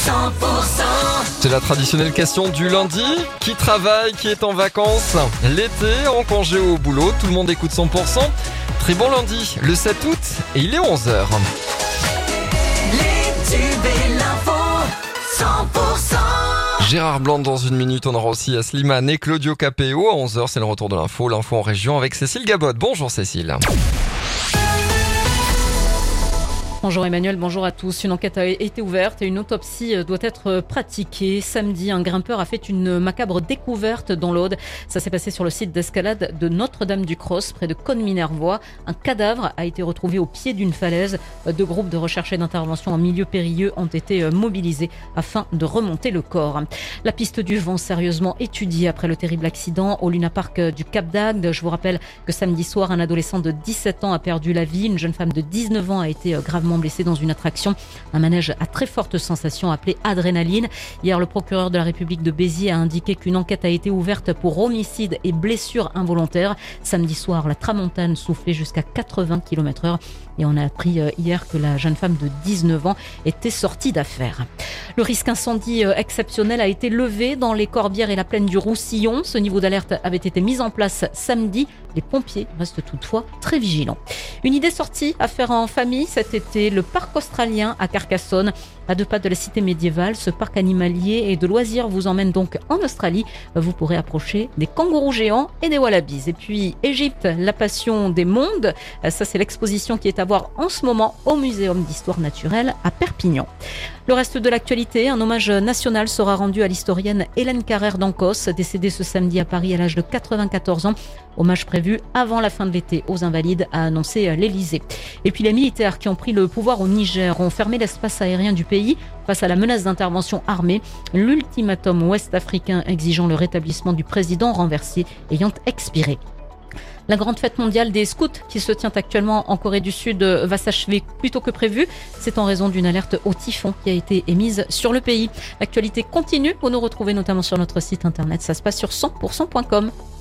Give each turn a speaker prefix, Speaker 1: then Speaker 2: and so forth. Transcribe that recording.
Speaker 1: C'est la traditionnelle question du lundi. Qui travaille, qui est en vacances? L'été, en congé ou au boulot, tout le monde écoute 100%. Très bon lundi, le 7 août, et il est 11h.
Speaker 2: Les tubes et l'info, 100%.
Speaker 1: Gérard Blanc dans une minute, on aura aussi Slimane et Claudio Capéo. À 11h, c'est le retour de l'info en région avec Cécile Gabot. Bonjour Cécile.
Speaker 3: Bonjour Emmanuel, bonjour à tous. Une enquête a été ouverte et une autopsie doit être pratiquée. Samedi, un grimpeur a fait une macabre découverte dans l'Aude. Ça s'est passé sur le site d'escalade de Notre-Dame-du-Cross, près de Cosne-Minervois. Un cadavre a été retrouvé au pied d'une falaise. 2 groupes de recherche et d'intervention en milieu périlleux ont été mobilisés afin de remonter le corps. La piste du vent sérieusement étudiée après le terrible accident au Luna Park du Cap d'Agde. Je vous rappelle que samedi soir, un adolescent de 17 ans a perdu la vie. Une jeune femme de 19 ans a été gravement blessé dans une attraction. Un manège à très forte sensation appelé Adrénaline. Hier, le procureur de la République de Béziers a indiqué qu'une enquête a été ouverte pour homicide et blessure involontaire. Samedi soir, la tramontane soufflait jusqu'à 80 km/h et on a appris hier que la jeune femme de 19 ans était sortie d'affaires. Le risque incendie exceptionnel a été levé dans les Corbières et la plaine du Roussillon. Ce niveau d'alerte avait été mis en place samedi. Les pompiers restent toutefois très vigilants. Une idée sortie à faire en famille cet été, le parc australien à Carcassonne. À 2 pas de la cité médiévale, ce parc animalier et de loisirs vous emmène donc en Australie. Vous pourrez approcher des kangourous géants et des wallabies. Et puis Égypte, la passion des mondes. Ça, c'est l'exposition qui est à voir en ce moment au Muséum d'histoire naturelle à Perpignan. Le reste de l'actualité, un hommage national sera rendu à l'historienne Hélène Carrère d'Ancos, décédée ce samedi à Paris à l'âge de 94 ans. Hommage prévu avant la fin de l'été aux Invalides, a annoncé l'Elysée. Et puis les militaires qui ont pris le pouvoir au Niger ont fermé l'espace aérien du pays face à la menace d'intervention armée. L'ultimatum ouest-africain exigeant le rétablissement du président renversé ayant expiré. La grande fête mondiale des scouts qui se tient actuellement en Corée du Sud va s'achever plus tôt que prévu. C'est en raison d'une alerte au typhon qui a été émise sur le pays. L'actualité continue. Vous nous retrouvez notamment sur notre site internet. Ça se passe sur 100%.com.